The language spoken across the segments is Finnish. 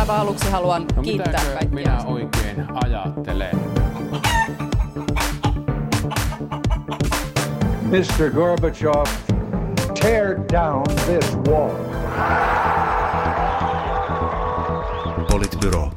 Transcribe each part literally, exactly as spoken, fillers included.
aivan aluksi haluan no, kiittää kaikkia. minä oikein ajattelen? mister Gorbachev, tear down this wall. Politbyro.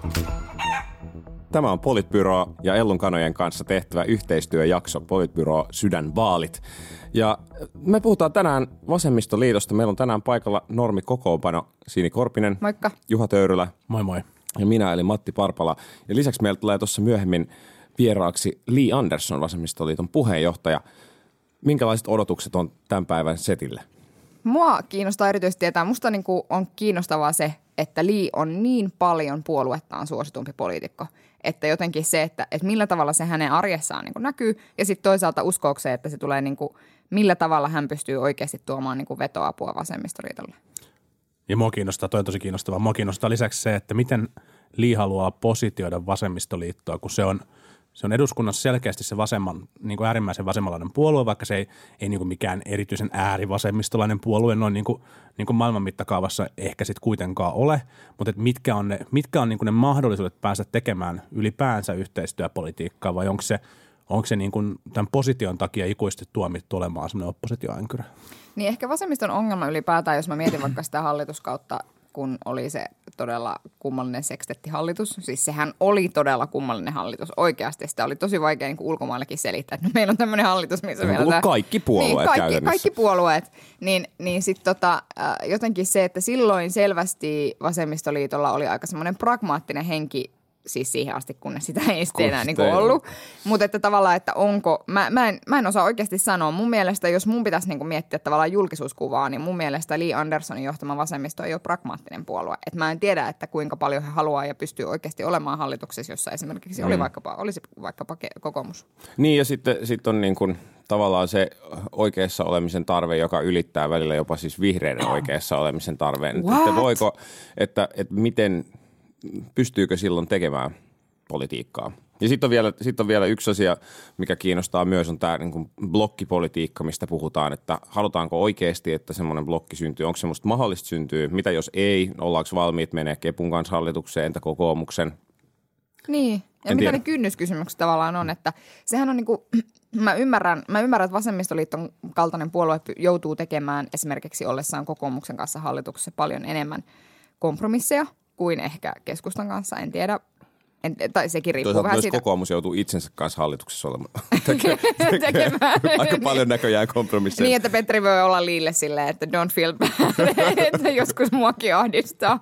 Tämä on Politbyro ja Ellun Kanojen kanssa tehtävä yhteistyöjakso Politbyro Sydänvaalit. Ja me puhutaan tänään Vasemmistoliitosta. Meillä on tänään paikalla normikokoonpano Siini Korpinen. Moikka. Juha Töyrylä. Moi moi. Ja minä eli Matti Parpala. Ja lisäksi meillä tulee tuossa myöhemmin vieraaksi Li Andersson, Vasemmistoliiton puheenjohtaja. Minkälaiset odotukset on tämän päivän setille? Mua kiinnostaa erityisesti tietää. Musta niin kuin on kiinnostavaa se, että Li on niin paljon puoluettaan suositumpi poliitikko. Että jotenkin se, että, että millä tavalla se hänen arjessaan niin kuin näkyy ja sitten toisaalta uskookseen, että se tulee niin kuin, millä tavalla hän pystyy oikeasti tuomaan niin kuin vetoapua Vasemmistoliitolle. Ja mua kiinnostaa, toi on tosi kiinnostavaa. Mua kiinnostaa lisäksi se, että miten Li haluaa positioida Vasemmistoliittoa, kun se on, se on eduskunnassa selkeästi se vasemman, niin kuin äärimmäisen vasemmalainen puolue, vaikka se ei, ei niin kuin mikään erityisen äärivasemmistolainen puolue noin niin kuin, niin kuin maailman mittakaavassa ehkä sitten kuitenkaan ole, mutta että mitkä on ne, mitkä on niin kuin ne mahdollisuudet päästä tekemään ylipäänsä yhteistyöpolitiikkaa vai onko se, onko se niin kuin tämän position takia ikuisesti tuomittu olemaan sellainen oppositioänkyrä? Niin ehkä vasemmiston ongelma ylipäätään, jos mä mietin vaikka sitä hallituskautta, kun oli se todella kummallinen sekstettihallitus. Siis sehän oli todella kummallinen hallitus oikeasti. Sitä oli tosi vaikea niin kuin ulkomaillekin selittää, että no, meillä on tämmöinen hallitus, missä meillä on tämä... kaikki puolueet niin, kaikki, käytännössä. kaikki puolueet. Niin, niin sitten tota, äh, jotenkin se, että silloin selvästi Vasemmistoliitolla oli aika semmoinen pragmaattinen henki, siis siihen asti, kunnes sitä ei sitten enää niin kuin ollut. Mutta että tavallaan, että onko, mä, mä, en, mä en osaa oikeasti sanoa. Mun mielestä, jos mun pitäisi niin kuin miettiä tavallaan julkisuuskuvaa, niin mun mielestä Li Anderssonin johtama vasemmisto ei ole pragmaattinen puolue. Että mä en tiedä, että kuinka paljon he haluaa ja pystyy oikeasti olemaan hallituksessa, jossa esimerkiksi oli vaikkapa, olisi vaikkapa kokoomus. Niin ja sitten sit on niin kuin tavallaan se oikeassa olemisen tarve, joka ylittää välillä jopa siis vihreiden oikeassa olemisen tarveen. Että voiko, että, että miten... pystyykö silloin tekemään politiikkaa? Ja sitten on, vielä, sit on vielä yksi asia, mikä kiinnostaa myös, on tämä niin kuin blokkipolitiikka, mistä puhutaan, että halutaanko oikeasti, että semmoinen blokki syntyy, onko semmoista mahdollista syntyy, mitä jos ei, ollaanko valmiit menee Kepun kanssa hallitukseen, entä kokoomuksen? Niin, ja en mitä tiedä. ne kynnyskysymykset tavallaan on, että sehän on niin kuin, mä ymmärrän, mä ymmärrän, että Vasemmistoliiton kaltainen puolue joutuu tekemään esimerkiksi ollessaan kokoomuksen kanssa hallituksessa paljon enemmän kompromisseja kuin ehkä keskustan kanssa, en tiedä. En, tai sekin riippuu Toisaalta vähän myös siitä. kokoomus joutuu itsensä kanssa hallituksessa olemaan. Tekee, tekemään. Aika paljon näköjään kompromisseja. Niin, että Petri voi olla Liille silleen, että don't feel bad, että joskus muakin ahdistaa.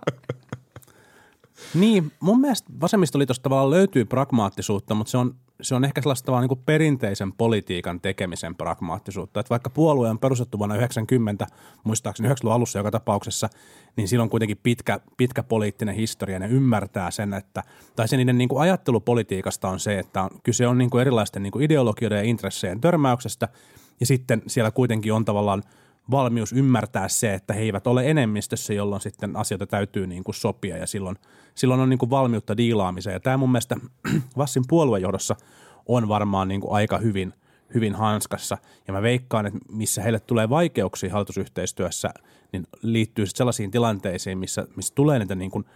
Niin, mun mielestä vasemmistoliitosta tavallaan löytyy pragmaattisuutta, mutta se on, se on ehkä sellaista tavallaan niin kuin perinteisen politiikan tekemisen pragmaattisuutta. Että vaikka puolue on perustettu vuonna yhdeksänkymmentä, muistaakseni yhdeksänkymmentäluvun alussa joka tapauksessa, niin sillä on kuitenkin pitkä, pitkä poliittinen historia. Ne ymmärtää sen, että, tai se niiden niin kuin ajattelu politiikasta on se, että on, kyse on niin kuin erilaisten niin kuin ideologioiden ja intressejen törmäyksestä, ja sitten siellä kuitenkin on tavallaan valmius ymmärtää se, että he eivät ole enemmistössä, jolloin sitten asioita täytyy niin kuin sopia ja silloin, silloin on niin kuin valmiutta diilaamiseen. Ja tämä mun mielestä Vassin puoluejohdossa on varmaan niin kuin aika hyvin, hyvin hanskassa. Ja mä veikkaan, että missä heille tulee vaikeuksia hallitusyhteistyössä, niin liittyy sitten sellaisiin tilanteisiin, missä, missä tulee niitä niin kuin,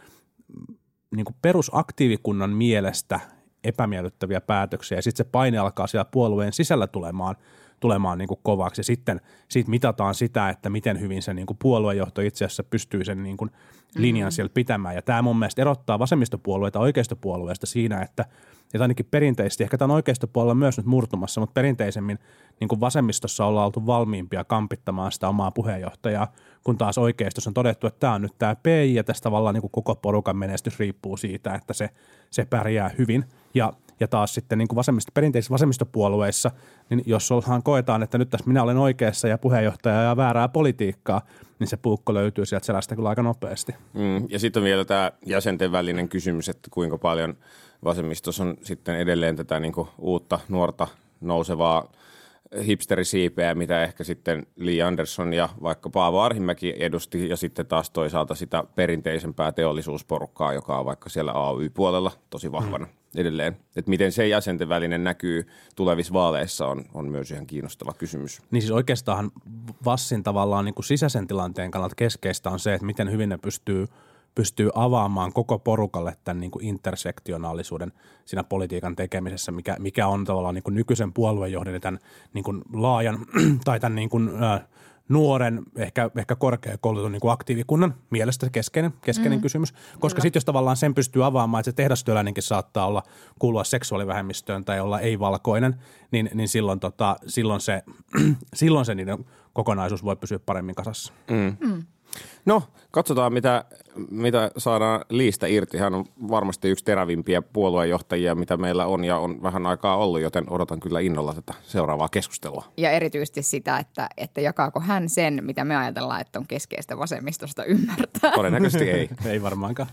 niin kuin perusaktiivikunnan mielestä epämiellyttäviä päätöksiä ja sitten se paine alkaa siellä puolueen sisällä tulemaan tulemaan niin kuin kovaksi. Ja sitten siitä mitataan sitä, että miten hyvin se niin kuin puoluejohto itse asiassa pystyy sen niin kuin linjan siellä pitämään. Ja tämä mun mielestä erottaa vasemmistopuolueita oikeistopuolueesta siinä, että, että ainakin perinteisesti, ehkä tämä on oikeistopuolella myös nyt murtumassa, mutta perinteisemmin niin kuin vasemmistossa ollaan oltu valmiimpia kampittamaan sitä omaa puheenjohtajaa, kun taas oikeistossa on todettu, että tämä on nyt tämä P I ja tästä tavallaan niin kuin koko porukan menestys riippuu siitä, että se, se pärjää hyvin. Ja Ja taas sitten niin kuin vasemmist, perinteisissä vasemmistopuolueissa, niin jos ollaan koetaan, että nyt tässä minä olen oikeassa ja puheenjohtaja ja väärää politiikkaa, niin se puukko löytyy sieltä selästä kyllä aika nopeasti. Mm, ja sitten on vielä tämä jäsenten välinen kysymys, että kuinka paljon vasemmistossa on sitten edelleen tätä niin kuin uutta, nuorta, nousevaa hipsterisiipeä, mitä ehkä sitten Li Andersson ja vaikka Paavo Arhimäki edusti, ja sitten taas toisaalta sitä perinteisempää teollisuusporukkaa, joka on vaikka siellä A Y-puolella tosi vahvana mm. edelleen. Että miten se jäsenten välinen näkyy tulevissa vaaleissa on, on myös ihan kiinnostava kysymys. Niin siis oikeastaan Vassin tavallaan niin kuin sisäisen tilanteen kannalta keskeistä on se, että miten hyvin ne pystyy pystyy avaamaan koko porukalle tämän niin kuin intersektionaalisuuden siinä politiikan tekemisessä, mikä, mikä on tavallaan niin kuin nykyisen puoluejohdon ja tämän niin kuin laajan tai tämän niin kuin, äh, nuoren, ehkä, ehkä korkeakoulutun niin kuin aktiivikunnan mielestä keskeinen, keskeinen mm. kysymys. Koska sitten jos tavallaan sen pystyy avaamaan, että se tehdastyöläinenkin saattaa olla kuulua seksuaalivähemmistöön tai olla ei-valkoinen, niin, niin silloin, tota, silloin, se, silloin se niiden kokonaisuus voi pysyä paremmin kasassa. Mm. Mm. No, katsotaan mitä, mitä saadaan Liistä irti. Hän on varmasti yksi terävimpiä puoluejohtajia, mitä meillä on ja on vähän aikaa ollut, joten odotan kyllä innolla tätä seuraavaa keskustelua. Ja erityisesti sitä, että, että jakaako hän sen, mitä me ajatellaan, että on keskeistä vasemmistosta ymmärtää. Todennäköisesti ei. Ei varmaankaan.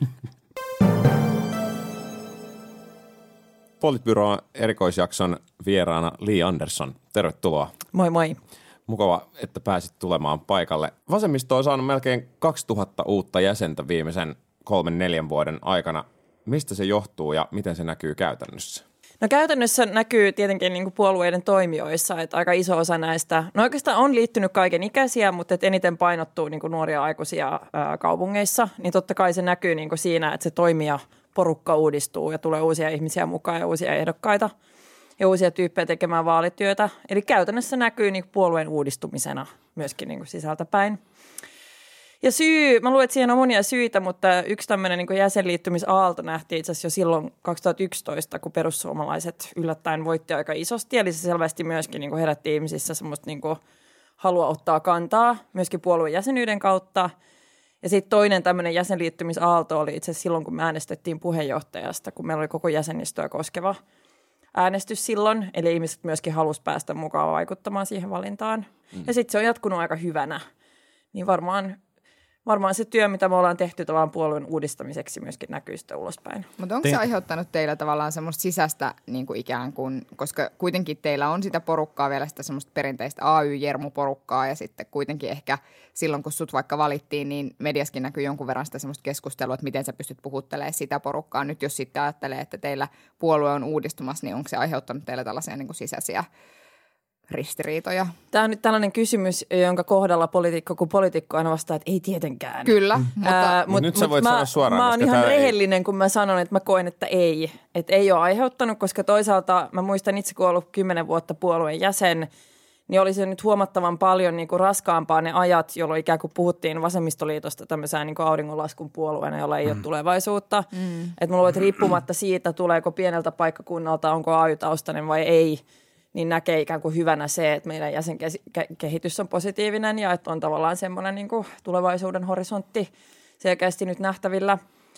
Politbyroon erikoisjakson vieraana Li Andersson. Tervetuloa. Moi moi. Mukava, että pääsit tulemaan paikalle. Vasemmisto on saanut melkein kaksituhatta uutta jäsentä viimeisen kolmen neljän vuoden aikana. Mistä se johtuu ja miten se näkyy käytännössä? No käytännössä näkyy tietenkin niin kuin puolueiden toimijoissa, että aika iso osa näistä, no oikeastaan on liittynyt kaiken ikäisiä, mutta että eniten painottuu niin kuin nuoria aikuisia ää, kaupungeissa, niin totta kai se näkyy niin kuin siinä, että se toimija porukka uudistuu ja tulee uusia ihmisiä mukaan ja uusia ehdokkaita ja uusia tyyppejä tekemään vaalityötä. Eli käytännössä näkyy niin kuin puolueen uudistumisena myöskin niin kuin sisältäpäin. Ja syy, mä luulen, että siihen on monia syitä, mutta yksi tämmöinen niin kuin jäsenliittymisaalto nähtiin itse asiassa jo silloin kaksituhattayksitoista, kun perussuomalaiset yllättäen voitti aika isosti. Eli se selvästi myöskin niin kuin herätti ihmisissä semmoista niin kuin halua ottaa kantaa myöskin puolueen jäsenyyden kautta. Ja sitten toinen tämmöinen jäsenliittymisaalto oli itse asiassa silloin, kun me äänestettiin puheenjohtajasta, kun meillä oli koko jäsenistöä koskeva äänestys silloin. Eli ihmiset myöskin halusi päästä mukaan vaikuttamaan siihen valintaan. Mm. Ja sitten se on jatkunut aika hyvänä. Niin varmaan... Varmaan se työ, mitä me ollaan tehty tavallaan puolueen uudistamiseksi myöskin näkyy sitten ulospäin. Mutta onko se aiheuttanut teillä tavallaan semmoista sisäistä niin kuin ikään kuin, koska kuitenkin teillä on sitä porukkaa vielä sitä semmoista perinteistä A Y-jermu-porukkaa ja sitten kuitenkin ehkä silloin, kun sut vaikka valittiin, niin mediaskin näkyy jonkun verran sitä semmoista keskustelua, että miten sä pystyt puhuttelemaan sitä porukkaa. Nyt jos sitten ajattelee, että teillä puolue on uudistumassa, niin onko se aiheuttanut teille tällaisia niin kuin sisäisiä ristiriitoja? Tämä on nyt tällainen kysymys, jonka kohdalla poliitikko kuin poliitikko aina vastaa, että ei tietenkään. Kyllä. Mutta, Ää, mut nyt sä voit mä, sanoa suoraan. Mä oon ihan rehellinen, ei... kun mä sanon, että mä koen, että ei. Että ei ole aiheuttanut, koska toisaalta mä muistan itse, kun olen ollut kymmenen vuotta puolueen jäsen, niin oli se nyt huomattavan paljon niin kuin raskaampaa ne ajat, jolloin ikään kuin puhuttiin vasemmistoliitosta tämmöisään niin kuin auringonlaskun puolueena, jolla ei mm. ole tulevaisuutta. Mm. Että mulla on riippumatta siitä, tuleeko pieneltä paikkakunnalta, onko A Y-taustainen vai ei, niin näkee ikään kuin hyvänä se, että meidän jäsenkehitys on positiivinen ja että on tavallaan semmoinen niin kuin tulevaisuuden horisontti selkeästi nyt nähtävillä.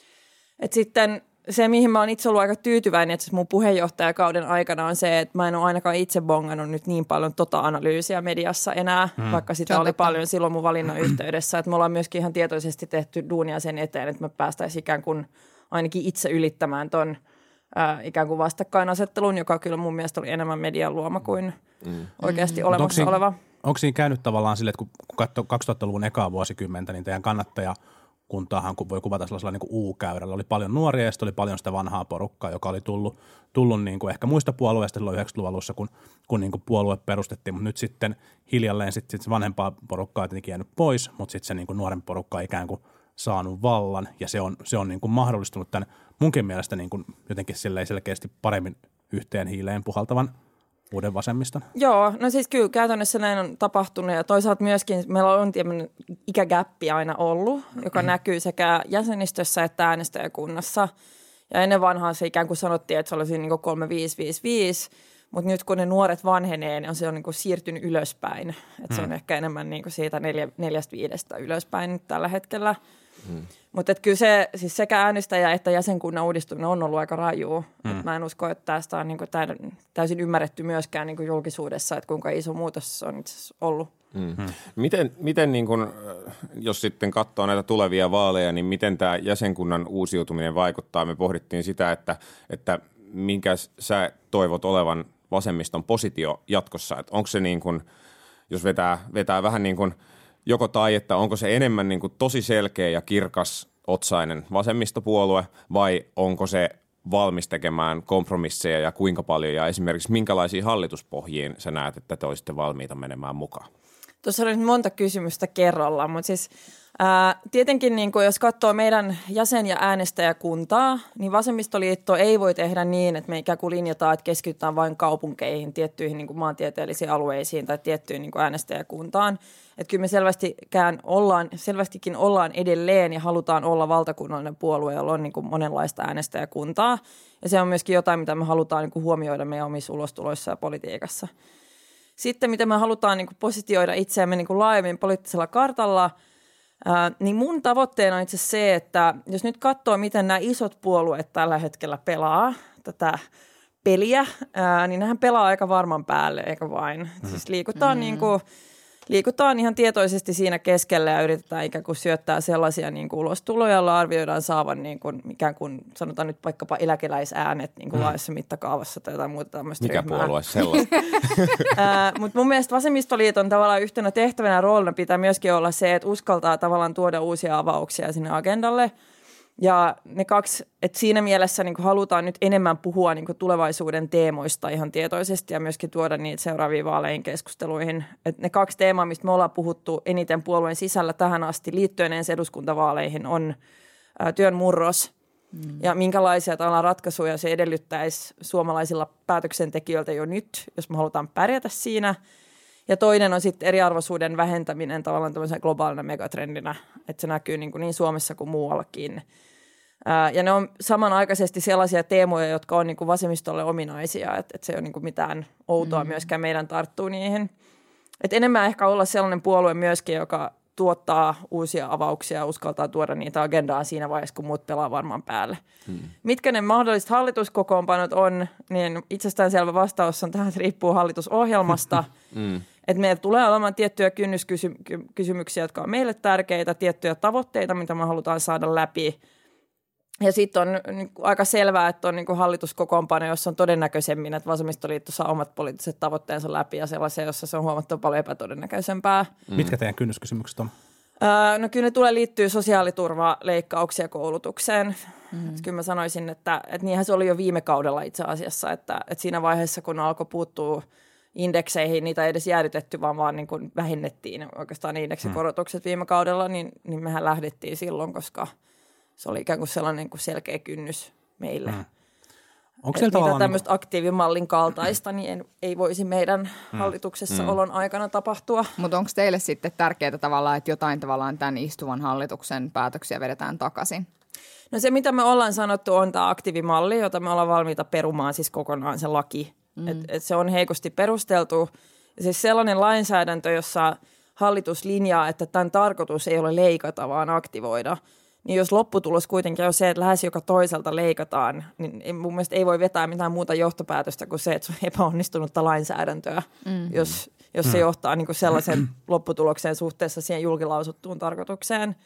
Et sitten se, mihin mä oon itse ollut aika tyytyväinen, että mun puheenjohtajakauden aikana on se, että mä en ole ainakaan itse bongannut nyt niin paljon tota analyysiä mediassa enää, hmm. vaikka sitä oli paljon silloin mun valinnan yhteydessä. Että me ollaan myöskin ihan tietoisesti tehty duunia sen eteen, että me päästäisiin ikään kuin ainakin itse ylittämään ton Äh, ikään kuin vastakkainasettelun, joka kyllä mun mielestä oli enemmän median luoma kuin mm. oikeasti mm. olemassa onko oleva. Siinä, onko siinä käynyt tavallaan sille, että kun katsoo kaksituhattaluvun ekaa vuosikymmentä, niin teidän kannattajakuntaahan voi kuvata sellaisella niin kuin U-käyrällä. Oli paljon nuoria ja sitten oli paljon sitä vanhaa porukkaa, joka oli tullut, tullut niin kuin ehkä muista puolueista silloin yhdeksänkymmentäluvun alussa, kun, kun niin kuin puolue perustettiin, mutta nyt sitten hiljalleen sit, sit se vanhempaa porukkaa on tietenkin jäänyt pois, mutta sitten se niin kuin nuoren porukka ikään kuin saanut vallan ja se on, se on niin kuin mahdollistunut tämän munkin mielestä niin kuin jotenkin selkeästi paremmin yhteen hiileen puhaltavan uuden vasemmiston. Joo, no siis kyllä käytännössä näin on tapahtunut ja toisaalta myöskin meillä on tämmöinen ikägäppi aina ollut, joka mm-hmm. näkyy sekä jäsenistössä että äänestäjäkunnassa. Ja ennen vanhaan se ikään kuin sanottiin, että se olisi niin kuin kolme viisi viisi viisi, mutta nyt kun ne nuoret vanhenee, niin se on niin kuin siirtynyt ylöspäin. Että mm. se on ehkä enemmän niin kuin siitä neljä, neljästä viidestä ylöspäin nyt tällä hetkellä. Mm. Mutta kyllä se siis sekä äänestäjä että jäsenkunnan uudistuminen on ollut aika rajua. Mm. Mä en usko, että tästä on niinku täysin ymmärretty myöskään niinku julkisuudessa, että kuinka iso muutos se on itse asiassa ollut. Mm. Mm. Miten, miten niin kun, jos sitten katsoo näitä tulevia vaaleja, niin miten tämä jäsenkunnan uusiutuminen vaikuttaa? Me pohdittiin sitä, että, että minkä sä toivot olevan vasemmiston positio jatkossa. Että onko se niin kuin, jos vetää, vetää vähän niin kuin joko tai, että onko se enemmän niin kuin tosi selkeä ja kirkas otsainen vasemmistopuolue vai onko se valmis tekemään kompromisseja ja kuinka paljon ja esimerkiksi minkälaisiin hallituspohjiin sä näet, että te olisitte valmiita menemään mukaan? Tuossa oli nyt monta kysymystä kerrallaan, mutta siis Ää, tietenkin niin kuin jos katsoo meidän jäsen- ja äänestäjäkuntaa, niin vasemmistoliitto ei voi tehdä niin, että me ikään kuin linjataan, että keskitytään vain kaupunkeihin, tiettyihin niin kuin maantieteellisiin alueisiin tai tiettyyn niin kuin äänestäjäkuntaan. Että kyllä me selvästikään ollaan, selvästikin ollaan edelleen ja halutaan olla valtakunnallinen puolue, jolla on niin kuin monenlaista äänestäjäkuntaa. Ja se on myöskin jotain, mitä me halutaan niin kuin huomioida meidän omissa ulostuloissa ja politiikassa. Sitten, mitä me halutaan niin kuin positioida itseämme niin kuin laajemmin poliittisella kartalla, ää, niin mun tavoitteena on itse se, että jos nyt katsoo, miten nämä isot puolueet tällä hetkellä pelaa tätä peliä, ää, niin nehän pelaa aika varman päälle, eikä vain. Mm. Siis liikutaan, mm. niin kuin, liikutaan ihan tietoisesti siinä keskellä ja yritetään ikään kuin syöttää sellaisia niin kuin ulostuloja, joilla arvioidaan saavan niin kuin, ikään kuin sanotaan nyt vaikkapa eläkeläisäänet niin kuin mm. laajassa mittakaavassa tai jotain muuta tämmöistä Mikä ryhmää. puolue sellaista? Mutta mun mielestä vasemmistoliiton tavallaan yhtenä tehtävänä roolina pitää myöskin olla se, että uskaltaa tavallaan tuoda uusia avauksia sinne agendalle. Ja ne kaksi, että siinä mielessä niin kuin halutaan nyt enemmän puhua niin kuin tulevaisuuden teemoista ihan tietoisesti ja myöskin tuoda niitä seuraaviin vaaleihin keskusteluihin. Että ne kaksi teemaa, mistä me ollaan puhuttu eniten puolueen sisällä tähän asti liittyen ensi eduskuntavaaleihin on ää, työn murros mm. ja minkälaisia tavallaan ratkaisuja se edellyttäisi suomalaisilla päätöksentekijöiltä jo nyt, jos me halutaan pärjätä siinä. Ja toinen on sitten eriarvoisuuden vähentäminen tavallaan tämmöisenä globaalina megatrendinä, että se näkyy niin, kuin niin Suomessa kuin muuallakin. Ää, ja ne on samanaikaisesti sellaisia teemoja, jotka on niin kuin vasemmistolle ominaisia, että, että se ei ole niin kuin mitään outoa mm-hmm. myöskään meidän tarttuu niihin. Et enemmän ehkä olla sellainen puolue myöskin, joka tuottaa uusia avauksia ja uskaltaa tuoda niitä agendaan siinä vaiheessa, kun muut pelaa varmaan päälle. Hmm. Mitkä ne mahdolliset hallituskokoonpanot on, niin itsestäänselvä vastaus on tähän, riippuu hallitusohjelmasta. hmm. Että meillä tulee olemaan tiettyjä kynnyskysymyksiä, jotka on meille tärkeitä, tiettyjä tavoitteita, mitä me halutaan saada läpi. Ja sitten on niin aika selvää, että on niin hallituskokoonpano, jossa on todennäköisemmin, että vasemmistoliitto saa omat poliittiset tavoitteensa läpi ja sellaisia, jossa se on huomattavasti paljon epätodennäköisempää. Mm. Mitkä teidän kynnyskysymykset on? Öö, no kyllä ne tulee liittyä sosiaaliturvaleikkauksia koulutukseen. Mm. Kyllä mä sanoisin, että, että niinhän se oli jo viime kaudella itse asiassa, että, että siinä vaiheessa, kun alkoi puuttua indekseihin, niitä ei edes jäädytetty, vaan vaan niin kuin vähennettiin oikeastaan ne indeksikorotukset mm. viime kaudella, niin, niin mehän lähdettiin silloin, koska se oli ikään kuin sellainen niin kuin selkeä kynnys meille. Mm. Onko siellä tavallaan tämmöistä aktiivimallin kaltaista, niin en, ei voisi meidän mm. hallituksessa mm. olon aikana tapahtua. Mutta onko teille sitten tärkeää tavallaan, että jotain tavallaan tämän istuvan hallituksen päätöksiä vedetään takaisin? No se, mitä me ollaan sanottu, on tämä aktiivimalli, jota me ollaan valmiita perumaan siis kokonaan se laki. Mm. Et, et se on heikosti perusteltu. Ja siis sellainen lainsäädäntö, jossa hallitus linjaa, että tämän tarkoitus ei ole leikata, vaan aktivoida. Niin jos lopputulos kuitenkin on se, että lähes joka toiselta leikataan, niin mun mielestä ei voi vetää mitään muuta johtopäätöstä kuin se, että se on epäonnistunutta lainsäädäntöä, mm. jos, jos se johtaa niin kuin sellaisen lopputulokseen suhteessa siihen julkilausuttuun tarkoitukseen.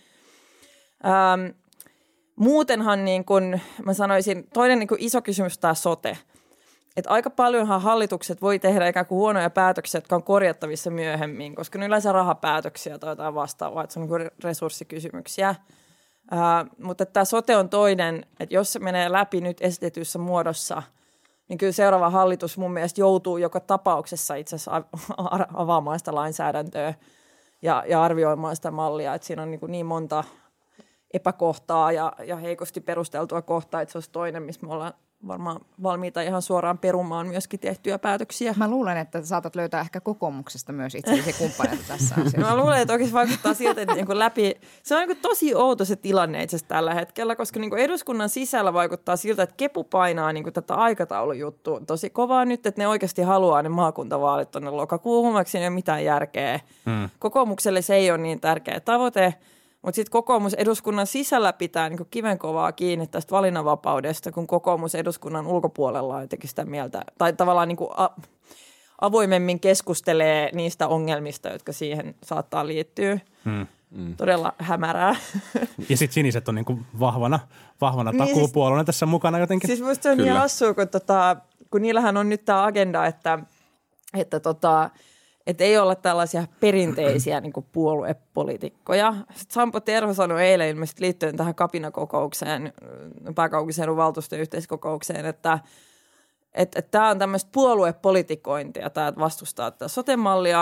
Ähm, muutenhan niin kuin mä sanoisin, toinen niin kuin iso kysymys tämä sote. Että aika paljonhan hallitukset voi tehdä ikään kuin huonoja päätöksiä, jotka on korjattavissa myöhemmin, koska ne yleensä rahapäätöksiä tai jotain vastaavaa, että se on niin kuin resurssikysymyksiä. Uh, mutta tämä sote on toinen, että jos se menee läpi nyt esitetyssä muodossa, niin kyllä seuraava hallitus mun mielestä joutuu joka tapauksessa itse asiassa avaamaan sitä lainsäädäntöä ja, ja arvioimaan sitä mallia, että siinä on niin, niin monta epäkohtaa ja, ja heikosti perusteltua kohtaa, että se olisi toinen, missä me ollaan varmaan valmiita ihan suoraan perumaan myöskin tehtyjä päätöksiä. Mä luulen, että saatat löytää ehkä kokoomuksesta myös itsellesi kumppaneita tässä asiassa. Mä luulen, että oikeasti vaikuttaa siltä, että niin läpi, se on niin tosi outo se tilanne itse asiassa tällä hetkellä, koska niin eduskunnan sisällä vaikuttaa siltä, että kepu painaa niin tätä aikataulujuttua tosi kovaa nyt, että ne oikeasti haluaa ne maakuntavaalit tuonne lokakuuhun, vaikka siinä ei ole mitään järkeä. Hmm. Kokoomukselle se ei ole niin tärkeä tavoite. Mutta sitten kokoomus eduskunnan sisällä pitää niinku kivenkovaa kiinni tästä valinnanvapaudesta, kun kokoomus eduskunnan ulkopuolella on jotenkin sitä mieltä, tai tavallaan niinku a- avoimemmin keskustelee niistä ongelmista, jotka siihen saattaa liittyä. Hmm. Mm. Todella hämärää. Ja sitten siniset on niinku vahvana, vahvana niin takuupuolena siis, tässä mukana jotenkin. Siis musta se on Kyllä. niin hassua, kun, tota, kun niillähän on nyt tämä agenda, että, että tota, että ei olla tällaisia perinteisiä niin kuin puoluepoliitikkoja. Sitten Sampo Terho sanoi eilen ilmeisesti liittyen tähän kapinakokoukseen, pääkaupunkiseudun valtuuston yhteiskokoukseen, että että, että tämä on tämmöistä puoluepolitikointia, tämä vastustaa tätä sote-mallia,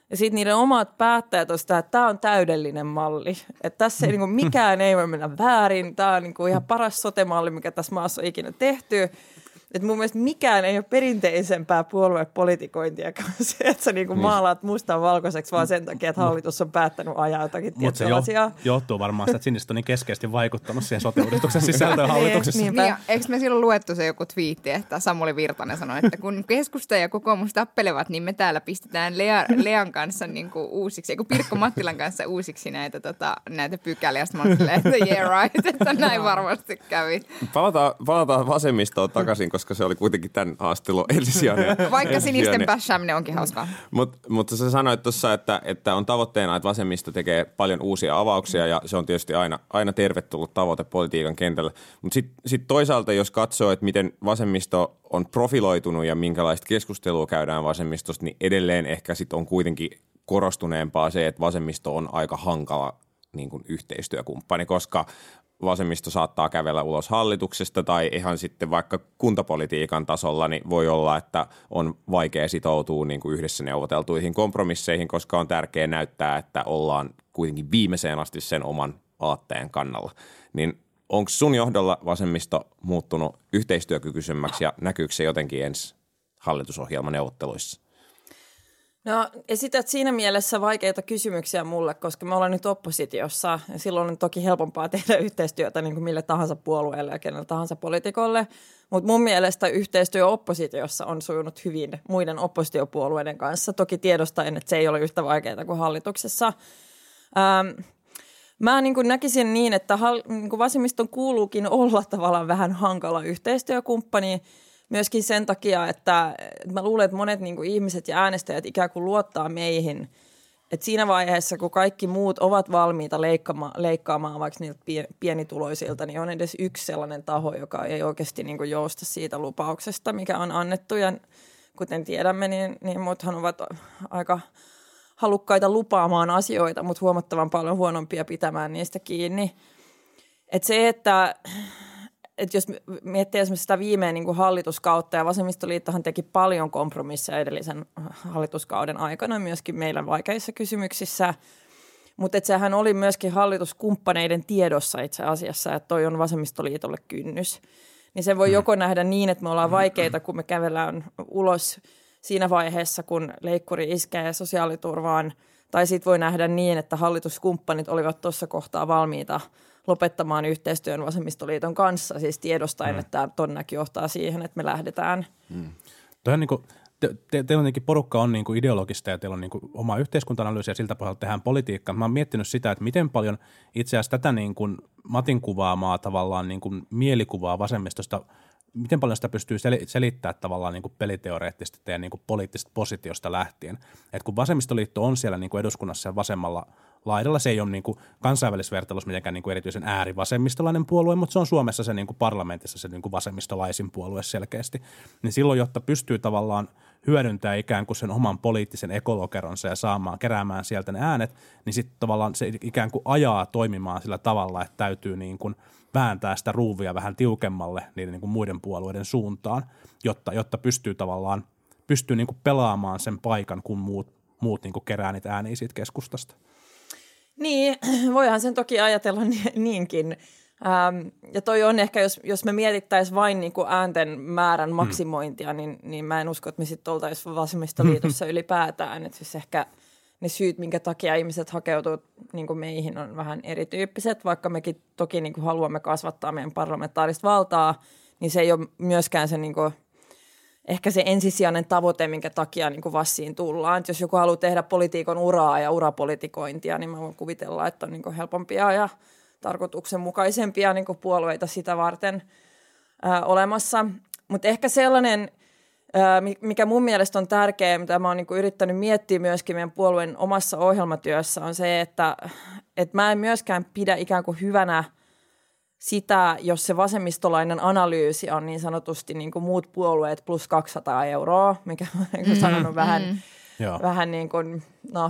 Ja sitten niiden omat päättäjät on sitä, että tämä on täydellinen malli. Että tässä ei, niin kuin, mikään ei voi mennä väärin. Tämä on niin kuin, ihan paras sote-malli, mikä tässä maassa on ikinä tehty. Että mun mielestä mikään ei ole perinteisempää puoluepolitikointia kuin se, että sä niinku maalaat mustan valkoiseksi vaan sen takia, että hallitus on päättänyt ajaa jotakin tiettyä jo, asiaa. johtuu varmaan sitä, että sinistä on niin keskeisesti vaikuttanut siihen sote-uudistuksen sisältöön hallituksessa. Niin, niin, eikö me silloin luettu se joku twiitti, että Samuli Virtanen sanoi, että kun keskusta ja kokoomus tappelevat, niin me täällä pistetään Lea, Lean kanssa niinku uusiksi, kun Pirkko Mattilan kanssa uusiksi näitä, tota, näitä pykäliä. Sitten mä olin silleen, että yeah right, että näin varmasti kävi. Palataan, palataan vasemmistoon takaisin, koska se oli kuitenkin tämän haastelun ensisijainen. Vaikka sinisten bashääminen onkin hauskaa. Mut, mutta sä sanoit tuossa, että, että on tavoitteena, että vasemmisto tekee paljon uusia avauksia ja se on tietysti aina, aina tervetullut tavoite politiikan kentällä. Mutta sitten sit toisaalta, jos katsoo, että miten vasemmisto on profiloitunut ja minkälaista keskustelua käydään vasemmistosta, niin edelleen ehkä sit on kuitenkin korostuneempaa se, että vasemmisto on aika hankala niin kuin yhteistyökumppani, koska vasemmisto saattaa kävellä ulos hallituksesta tai ihan sitten vaikka kuntapolitiikan tasolla, niin voi olla, että on vaikea sitoutua niin kuin yhdessä neuvoteltuihin kompromisseihin, koska on tärkeää näyttää, että ollaan kuitenkin viimeiseen asti sen oman aatteen kannalla. Niin onko sun johdolla vasemmisto muuttunut yhteistyökykyisemmäksi ja näkyykö se jotenkin ensi hallitusohjelmaneuvotteluissa? No esität siinä mielessä vaikeita kysymyksiä mulle, koska me ollaan nyt oppositiossa ja silloin on toki helpompaa tehdä yhteistyötä niin kuin mille tahansa puolueelle ja kenelle tahansa poliitikolle. Mutta mun mielestä yhteistyö oppositiossa on sujunut hyvin muiden oppositiopuolueiden kanssa, toki tiedostaen, että se ei ole yhtä vaikeaa kuin hallituksessa. Ähm, mä niin kuin näkisin niin, että hal, niin kuin vasemmiston kuuluukin olla tavallaan vähän hankala yhteistyökumppani, myöskin sen takia, että mä luulen, että monet niin kuin ihmiset ja äänestäjät ikään kuin luottaa meihin. Että siinä vaiheessa, kun kaikki muut ovat valmiita leikkaamaan, leikkaamaan vaikka niiltä pienituloisilta, niin on edes yksi sellainen taho, joka ei oikeasti niin kuin jousta siitä lupauksesta, mikä on annettu. Ja kuten tiedämme, niin, niin muuthan ovat aika halukkaita lupaamaan asioita, mutta huomattavan paljon huonompia pitämään niistä kiinni. Että se, että... Että jos miettii esimerkiksi sitä viimein niin kuin hallituskautta, ja vasemmistoliittohan teki paljon kompromisseja edellisen hallituskauden aikana myöskin meidän vaikeissa kysymyksissä, mutta että sehän oli myöskin hallituskumppaneiden tiedossa itse asiassa, että toi on vasemmistoliitolle kynnys. Niin sen voi joko nähdä niin, että me ollaan vaikeita, kun me kävellään ulos siinä vaiheessa, kun leikkuri iskee sosiaaliturvaan, tai sitten voi nähdä niin, että hallituskumppanit olivat tuossa kohtaa valmiita lopettamaan yhteistyön vasemmistoliiton kanssa, siis tiedostaen, mm. että todennäköisesti johtaa siihen, että me lähdetään. Mm. Toihan niin kuin, te, te, teillä on porukka on niin kuin ideologista ja teillä on niin kuin oma yhteiskunta-analyysi ja siltä pohjalta tehdään politiikkaa. Mä oon miettinyt sitä, että miten paljon itse asiassa tätä niin kuin Matin kuvaamaa tavallaan niin kuin mielikuvaa vasemmistosta, miten paljon sitä pystyy sel- selittämään tavallaan niin kuin peliteoreettisesti teidän niin kuin poliittisesta positiosta lähtien. Että kun vasemmistoliitto on siellä niin kuin eduskunnassa ja vasemmalla laidalla, se ei ole niin kuin kansainvälisessä vertailussa mitenkään niin kuin erityisen äärivasemmistolainen puolue, mutta se on Suomessa se niin kuin parlamentissa se niin kuin vasemmistolaisin puolue selkeästi. Niin silloin, jotta pystyy tavallaan hyödyntämään ikään kuin sen oman poliittisen ekologeronsa ja saamaan, keräämään sieltä ne äänet, niin sitten tavallaan se ikään kuin ajaa toimimaan sillä tavalla, että täytyy niin kuin vääntää sitä ruuvia vähän tiukemmalle niiden niin kuin muiden puolueiden suuntaan, jotta, jotta pystyy tavallaan pystyy niin kuin pelaamaan sen paikan, kun muut, muut niin kuin kerää niitä ääniä siitä keskustasta. Niin, voihan sen toki ajatella niinkin. Ähm, ja toi on ehkä, jos, jos me mietittäisiin vain niin kuin äänten määrän maksimointia, hmm. niin, niin mä en usko, että me sitten oltaisiin vasemmistoliitossa ylipäätään. Että siis ehkä ne syyt, minkä takia ihmiset hakeutuu niin kuin meihin, on vähän erityyppiset. Vaikka mekin toki niin kuin haluamme kasvattaa meidän parlamentaarista valtaa, niin se ei ole myöskään se niin kuin ehkä se ensisijainen tavoite, minkä takia niin kuin vassiin tullaan. Et jos joku haluaa tehdä politiikan uraa ja urapolitikointia, niin mä voin kuvitella, että on niin kuin helpompia ja tarkoituksenmukaisempia niin kuin puolueita sitä varten ää, olemassa. Mutta ehkä sellainen, ää, mikä mun mielestä on tärkeää, mitä mä oon niin kuin yrittänyt miettiä myöskin meidän puolueen omassa ohjelmatyössä, on se, että et mä en myöskään pidä ikään kuin hyvänä sitä, jos se vasemmistolainen analyysi on niin sanotusti niin kuin muut puolueet plus kaksisataa euroa, mikä on niin kuin sanonut mm, vähän, mm. vähän niin kuin, no,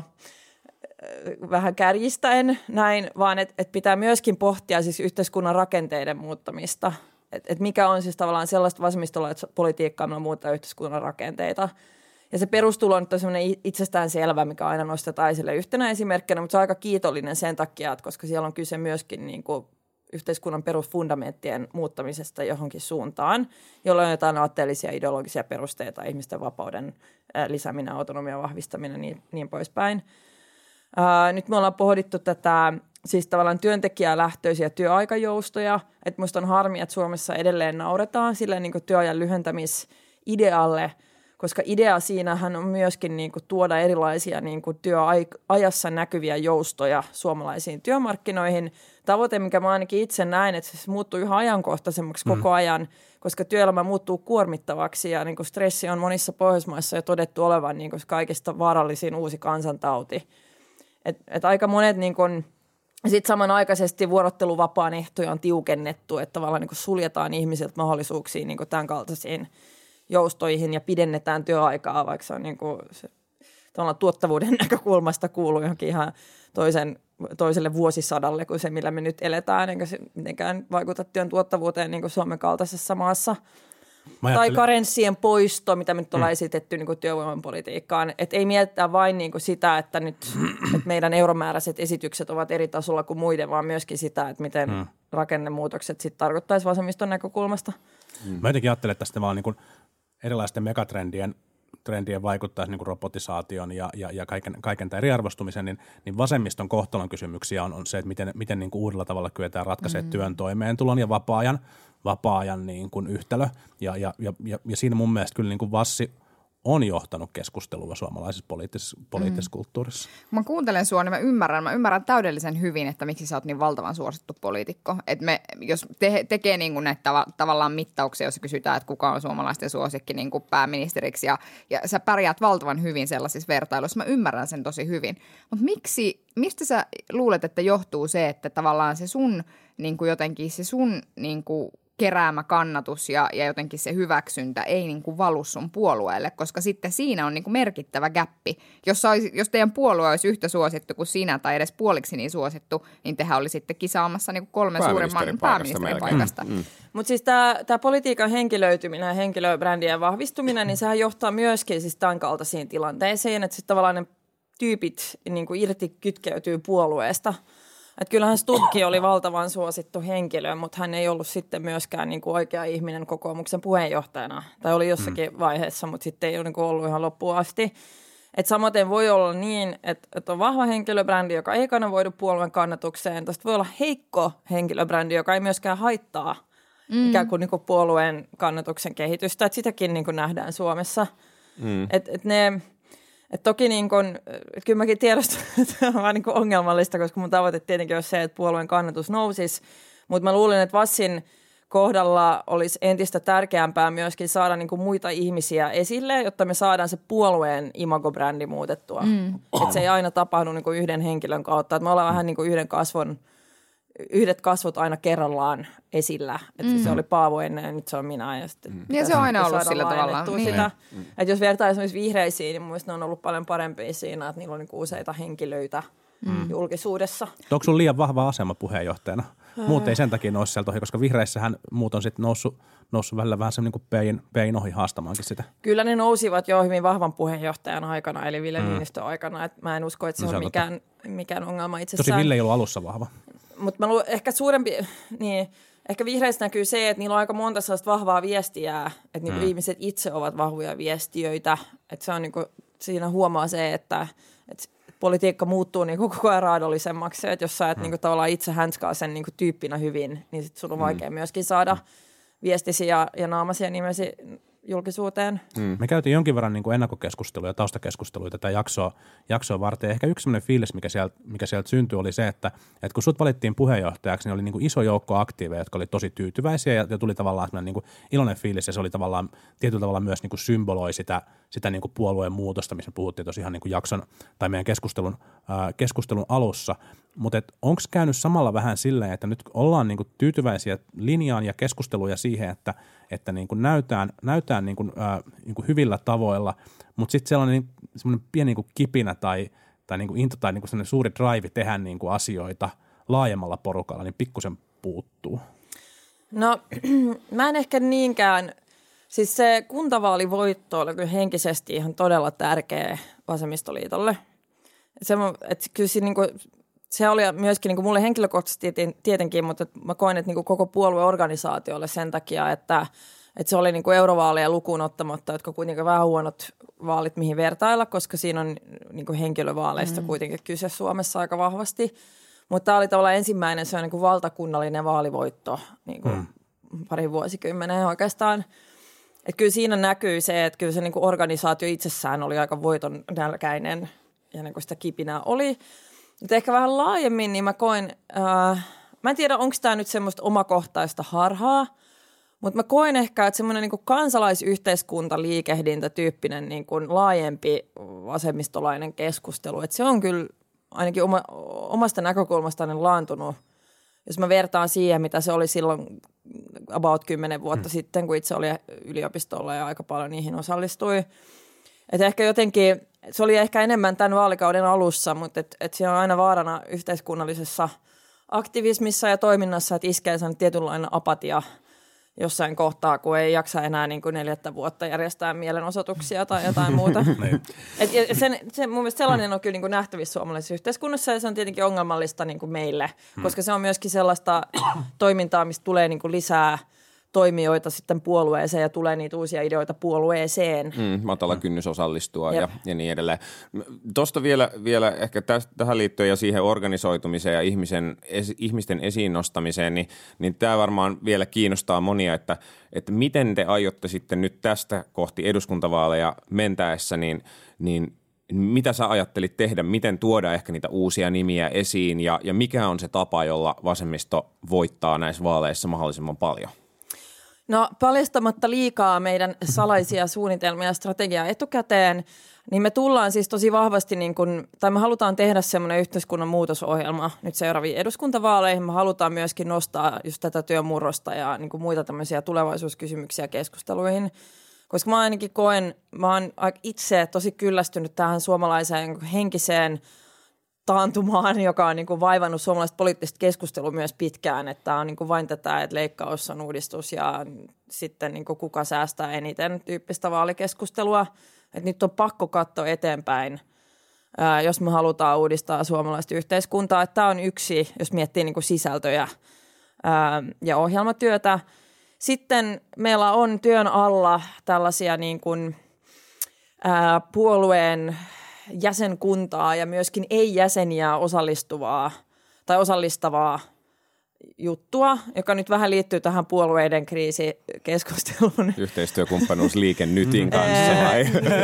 vähän kärjistäen näin, vaan että et pitää myöskin pohtia siis yhteiskunnan rakenteiden muuttamista. Että et mikä on siis tavallaan sellaista vasemmistolaista politiikkaa, millä muuttaa yhteiskunnan rakenteita. Ja se perustulo on sellainen itsestään selvä, mikä aina nostetaan esille yhtenä esimerkkinä, mutta se on aika kiitollinen sen takia, että koska siellä on kyse myöskin niin kuin yhteiskunnan perusfundamenttien muuttamisesta johonkin suuntaan, jolloin on jotain aatteellisia ideologisia perusteita, ihmisten vapauden lisääminen, autonomian vahvistaminen ja niin, niin poispäin. Ää, nyt me ollaan pohdittu tätä siis tavallaan työntekijälähtöisiä työaikajoustoja, että musta on harmi, että Suomessa edelleen nauretaan sille niin kuin työajan lyhentämisidealle, koska idea siinähän on myöskin niin kuin tuoda erilaisia niin kuin työajassa näkyviä joustoja suomalaisiin työmarkkinoihin. Tavoite, mikä mä ainakin itse näen, että se muuttuu yhä ajankohtaisemmaksi mm. koko ajan, koska työelämä muuttuu kuormittavaksi ja niin kuin stressi on monissa Pohjoismaissa jo todettu olevan niin kuin kaikista vaarallisin uusi kansantauti. Et, et aika monet niin kuin sitten samanaikaisesti vuorotteluvapaan ehtoja on tiukennettu, että tavallaan niin kuin suljetaan ihmisiltä mahdollisuuksia niin kuin tämän kaltaisiin joustoihin ja pidennetään työaikaa, vaikka se on niin kuin se, tuottavuuden näkökulmasta kuuluu johonkin ihan toisen, toiselle vuosisadalle kuin se, millä me nyt eletään, eikä se mitenkään vaikuta työn tuottavuuteen niin kuin Suomen kaltaisessa maassa. Tai karenssien poisto, mitä me nyt ollaan mm. esitetty niin kuin työvoimapolitiikkaan. Että ei mietitä vain niin kuin sitä, että nyt että meidän euromääräiset esitykset ovat eri tasolla kuin muiden, vaan myöskin sitä, että miten mm. rakennemuutokset sitten tarkoittaisi vasemmiston näkökulmasta. Mm. Mä jotenkin ajattelen, että tästä vaan niin kuin erilaisten megatrendien trendien vaikuttaisi niin kuin robotisaation ja, ja, ja kaiken, kaiken tämän eriarvostumisen, niin, niin vasemmiston kohtalon kysymyksiä on, on se, että miten, miten niin kuin uudella tavalla kyetään ratkaisemaan mm. työn toimeentulon ja vapaa-ajan, vapaa-ajan niin kuin yhtälö. Ja, ja, ja, ja siinä mun mielestä kyllä niin kuin Vassi on johtanut keskustelua suomalaisessa poliittisessa, poliittisessa mm. kulttuurissa. Kun mä kuuntelen sua, niin mä ymmärrän, mä ymmärrän täydellisen hyvin, että miksi sä oot niin valtavan suosittu poliitikko. Että me, jos te, tekee niin kuin näitä tav- tavallaan mittauksia, jos kysytään, että kuka on suomalaisten suosikki niin kuin pääministeriksi, ja, ja sä pärjäät valtavan hyvin sellaisissa vertailuissa, mä ymmärrän sen tosi hyvin. Mutta miksi, mistä sä luulet, että johtuu se, että tavallaan se sun, niin kuin jotenkin se sun niin kuin keräämä kannatus ja, ja jotenkin se hyväksyntä ei niin kuin valu sun puolueelle, koska sitten siinä on niin kuin merkittävä gäppi. Jos, olisi, jos teidän puolue olisi yhtä suosittu kuin sinä tai edes puoliksi niin suosittu, niin tehän olisitte kisaamassa niin kuin kolmen suurimman pääministerin paikasta. Mm, mm. Mutta siis tämä politiikan henkilöityminen ja henkilöbrändien vahvistuminen, niin sehän johtaa myöskin siis tämän kaltaisiin tilanteisiin, että sitten tavallaan ne tyypit niin kuin irti kytkeytyy puolueesta. Että kyllähän Stubbkin oli valtavan suosittu henkilö, mutta hän ei ollut sitten myöskään niin kuin oikea ihminen kokoomuksen puheenjohtajana. Tai oli jossakin mm. vaiheessa, mutta sitten ei ole niin kuin ollut ihan loppuun asti. Että samaten voi olla niin, että, että on vahva henkilöbrändi, joka ei kanavoidu puolueen kannatukseen. Tästä voi olla heikko henkilöbrändi, joka ei myöskään haittaa mm. ikään kuin, niin kuin puolueen kannatuksen kehitystä. Että sitäkin niin kuin nähdään Suomessa. Mm. Että et ne... Et toki niin kun, kyllä mäkin tiedostan, että se on vaan niin ongelmallista, koska mun tavoite tietenkin olisi se, että puolueen kannatus nousisi. Mutta mä luulen, että Vassin kohdalla olisi entistä tärkeämpää myöskin saada niin kuin muita ihmisiä esille, jotta me saadaan se puolueen imagobrändi muutettua. Mm. Että se ei aina tapahdu niin kuin yhden henkilön kautta. Et me ollaan vähän niin kuin yhden kasvon, yhdet kasvot aina kerrallaan esillä. Että mm. se oli Paavo ennen ja nyt se on minä. Ja, sitten ja se on aina ollut sillä tavalla. Niin. Sitä. Mm. Että jos vertaa esimerkiksi vihreisiin, niin mun mielestä ne on ollut paljon parempia siinä, että niillä on niin useita henkilöitä mm. julkisuudessa. Onko sun liian vahva asema puheenjohtajana? Muut ei sen takia nousi sieltä ohi, koska vihreissähän muut on sitten noussut, noussut välillä vähän semmoinen kuin pein, pein ohi haastamaankin sitä. Kyllä ne nousivat jo hyvin vahvan puheenjohtajan aikana, eli Ville mm. Niinistön aikana. Et mä en usko, että se, no, se on mikään, mikään ongelma itsessään. Tosi Ville ei ollut alussa vahva. Mutta ehkä suurempi, niin ehkä vihreissä näkyy se, että niillä on aika monta sellaista vahvaa viestiä, että mm. ihmiset itse ovat vahvoja viestiöitä. Että se on niinku, siinä huomaa se, että, että politiikka muuttuu niinku koko ajan raadollisemmaksi. Että jos sä et mm. niinku tavallaan itse hänskaa sen niinku tyyppinä hyvin, niin sit sun on vaikea mm. myöskin saada viestisi ja, ja naamasi ja nimesi julkisuuteen. Mm. Me käytiin jonkin verran niin kuin ennakkokeskustelua ja taustakeskustelua tätä jaksoa, jaksoa varten. Ehkä yksi sellainen fiilis, mikä sieltä, mikä sieltä syntyi, oli se, että, että kun sut valittiin puheenjohtajaksi, niin oli niin kuin iso joukko aktiiveja, jotka oli tosi tyytyväisiä ja, ja tuli tavallaan niin kuin iloinen fiilis ja se oli tavallaan tietyllä tavalla myös niin kuin symboloi sitä, sitä niin kuin puolueen muutosta, missä puhuttiin tosiaan niin kuin jakson tai meidän keskustelun, äh, keskustelun alussa. Mutta onko käynyt samalla vähän silleen, että nyt ollaan niinku tyytyväisiä linjaan ja keskusteluja siihen, että, että niinku näytään, näytään niinku, ää, niinku hyvillä tavoilla, mutta sitten sellainen semmoinen pieni niinku kipinä tai, tai niinku into tai niinku sellainen suuri drive tehdä niinku asioita laajemmalla porukalla, niin pikkusen puuttuu. No mä en ehkä niinkään Siis se kuntavaalivoitto oli kyllä henkisesti ihan todella tärkeä vasemmistoliitolle. Se, että kyllä se, niin kuin, se oli myöskin niin kuin mulle henkilökohtaisesti tietenkin, mutta mä koen, että niin kuin koko puolueorganisaatiolle sen takia, että, että se oli niin kuin eurovaaleja lukuun ottamatta, jotka kuitenkin vähän huonot vaalit, mihin vertailla, koska siinä on niin kuin henkilövaaleista mm. kuitenkin kyse Suomessa aika vahvasti. Mutta tämä oli tavallaan ensimmäinen se on niin kuin valtakunnallinen vaalivoitto niin kuin mm. parin vuosikymmeneen oikeastaan. Että kyllä siinä näkyy se, että kyllä se niin kuin organisaatio itsessään oli aika voiton nälkäinen ja niin kuin sitä kipinää oli. Mutta ehkä vähän laajemmin, niin mä koen, äh, mä en tiedä, onko tämä nyt semmoista omakohtaista harhaa, mutta mä koen ehkä, että semmoinen niin kuin kansalaisyhteiskunta liikehdintä tyyppinen niin kuin laajempi vasemmistolainen keskustelu, että se on kyllä ainakin oma, omasta näkökulmastani laantunut, jos mä vertaan siihen, mitä se oli silloin about kymmenen vuotta mm. sitten, kun itse oli yliopistolla ja aika paljon niihin osallistui. Että ehkä jotenkin, se oli ehkä enemmän tämän vaalikauden alussa, mutta et, et siinä on aina vaarana yhteiskunnallisessa aktivismissa ja toiminnassa, että iskee sen tietynlainen apatia jossain kohtaa, kun ei jaksa enää niin kuin neljättä vuotta järjestää mielenosoituksia tai jotain muuta. Et sen, sen, mun mielestä sellainen on kyllä niin kuin nähtävissä suomalaisessa yhteiskunnassa ja se on tietenkin ongelmallista niin kuin meille, koska se on myöskin sellaista toimintaa, mistä tulee niin kuin lisää toimijoita sitten puolueeseen ja tulee niitä uusia ideoita puolueeseen. Mm, matala kynnys osallistua ja, ja niin edelleen. Tuosta vielä, vielä ehkä täs, tähän liittyen ja siihen organisoitumiseen ja ihmisen, es, ihmisten esiin nostamiseen, niin, niin tämä varmaan vielä kiinnostaa monia, että, että miten te aiotte sitten nyt tästä kohti eduskuntavaaleja mentäessä, niin, niin mitä sä ajattelit tehdä, miten tuoda ehkä niitä uusia nimiä esiin ja, ja mikä on se tapa, jolla vasemmisto voittaa näissä vaaleissa mahdollisimman paljon? No paljastamatta liikaa meidän salaisia suunnitelmia ja strategiaa etukäteen, niin me tullaan siis tosi vahvasti, niin kun, tai me halutaan tehdä semmoinen yhteiskunnan muutosohjelma nyt seuraaviin eduskuntavaaleihin. Me halutaan myöskin nostaa just tätä työmurrosta ja niin kuin muita tämmöisiä tulevaisuuskysymyksiä keskusteluihin. Koska mä ainakin koen, mä oon itse tosi kyllästynyt tähän suomalaiseen henkiseen taantumaan, joka on niin kuin vaivannut suomalaista poliittista keskustelua myös pitkään, että on niin kuin vain tätä, että leikkaus on uudistus ja sitten niin kuin kuka säästää eniten tyyppistä vaalikeskustelua. Että nyt on pakko katsoa eteenpäin, ää, jos me halutaan uudistaa suomalaista yhteiskuntaa. Että tämä on yksi, jos miettii niin kuin sisältöjä ää, ja ohjelmatyötä. Sitten meillä on työn alla tällaisia niin kuin, ää, puolueen jäsenkuntaa ja myöskin ei-jäseniä osallistuvaa tai osallistavaa juttua, joka nyt vähän liittyy tähän puolueiden kriisikeskusteluun. Yhteistyökumppanuus Liike Nytin kanssa vai?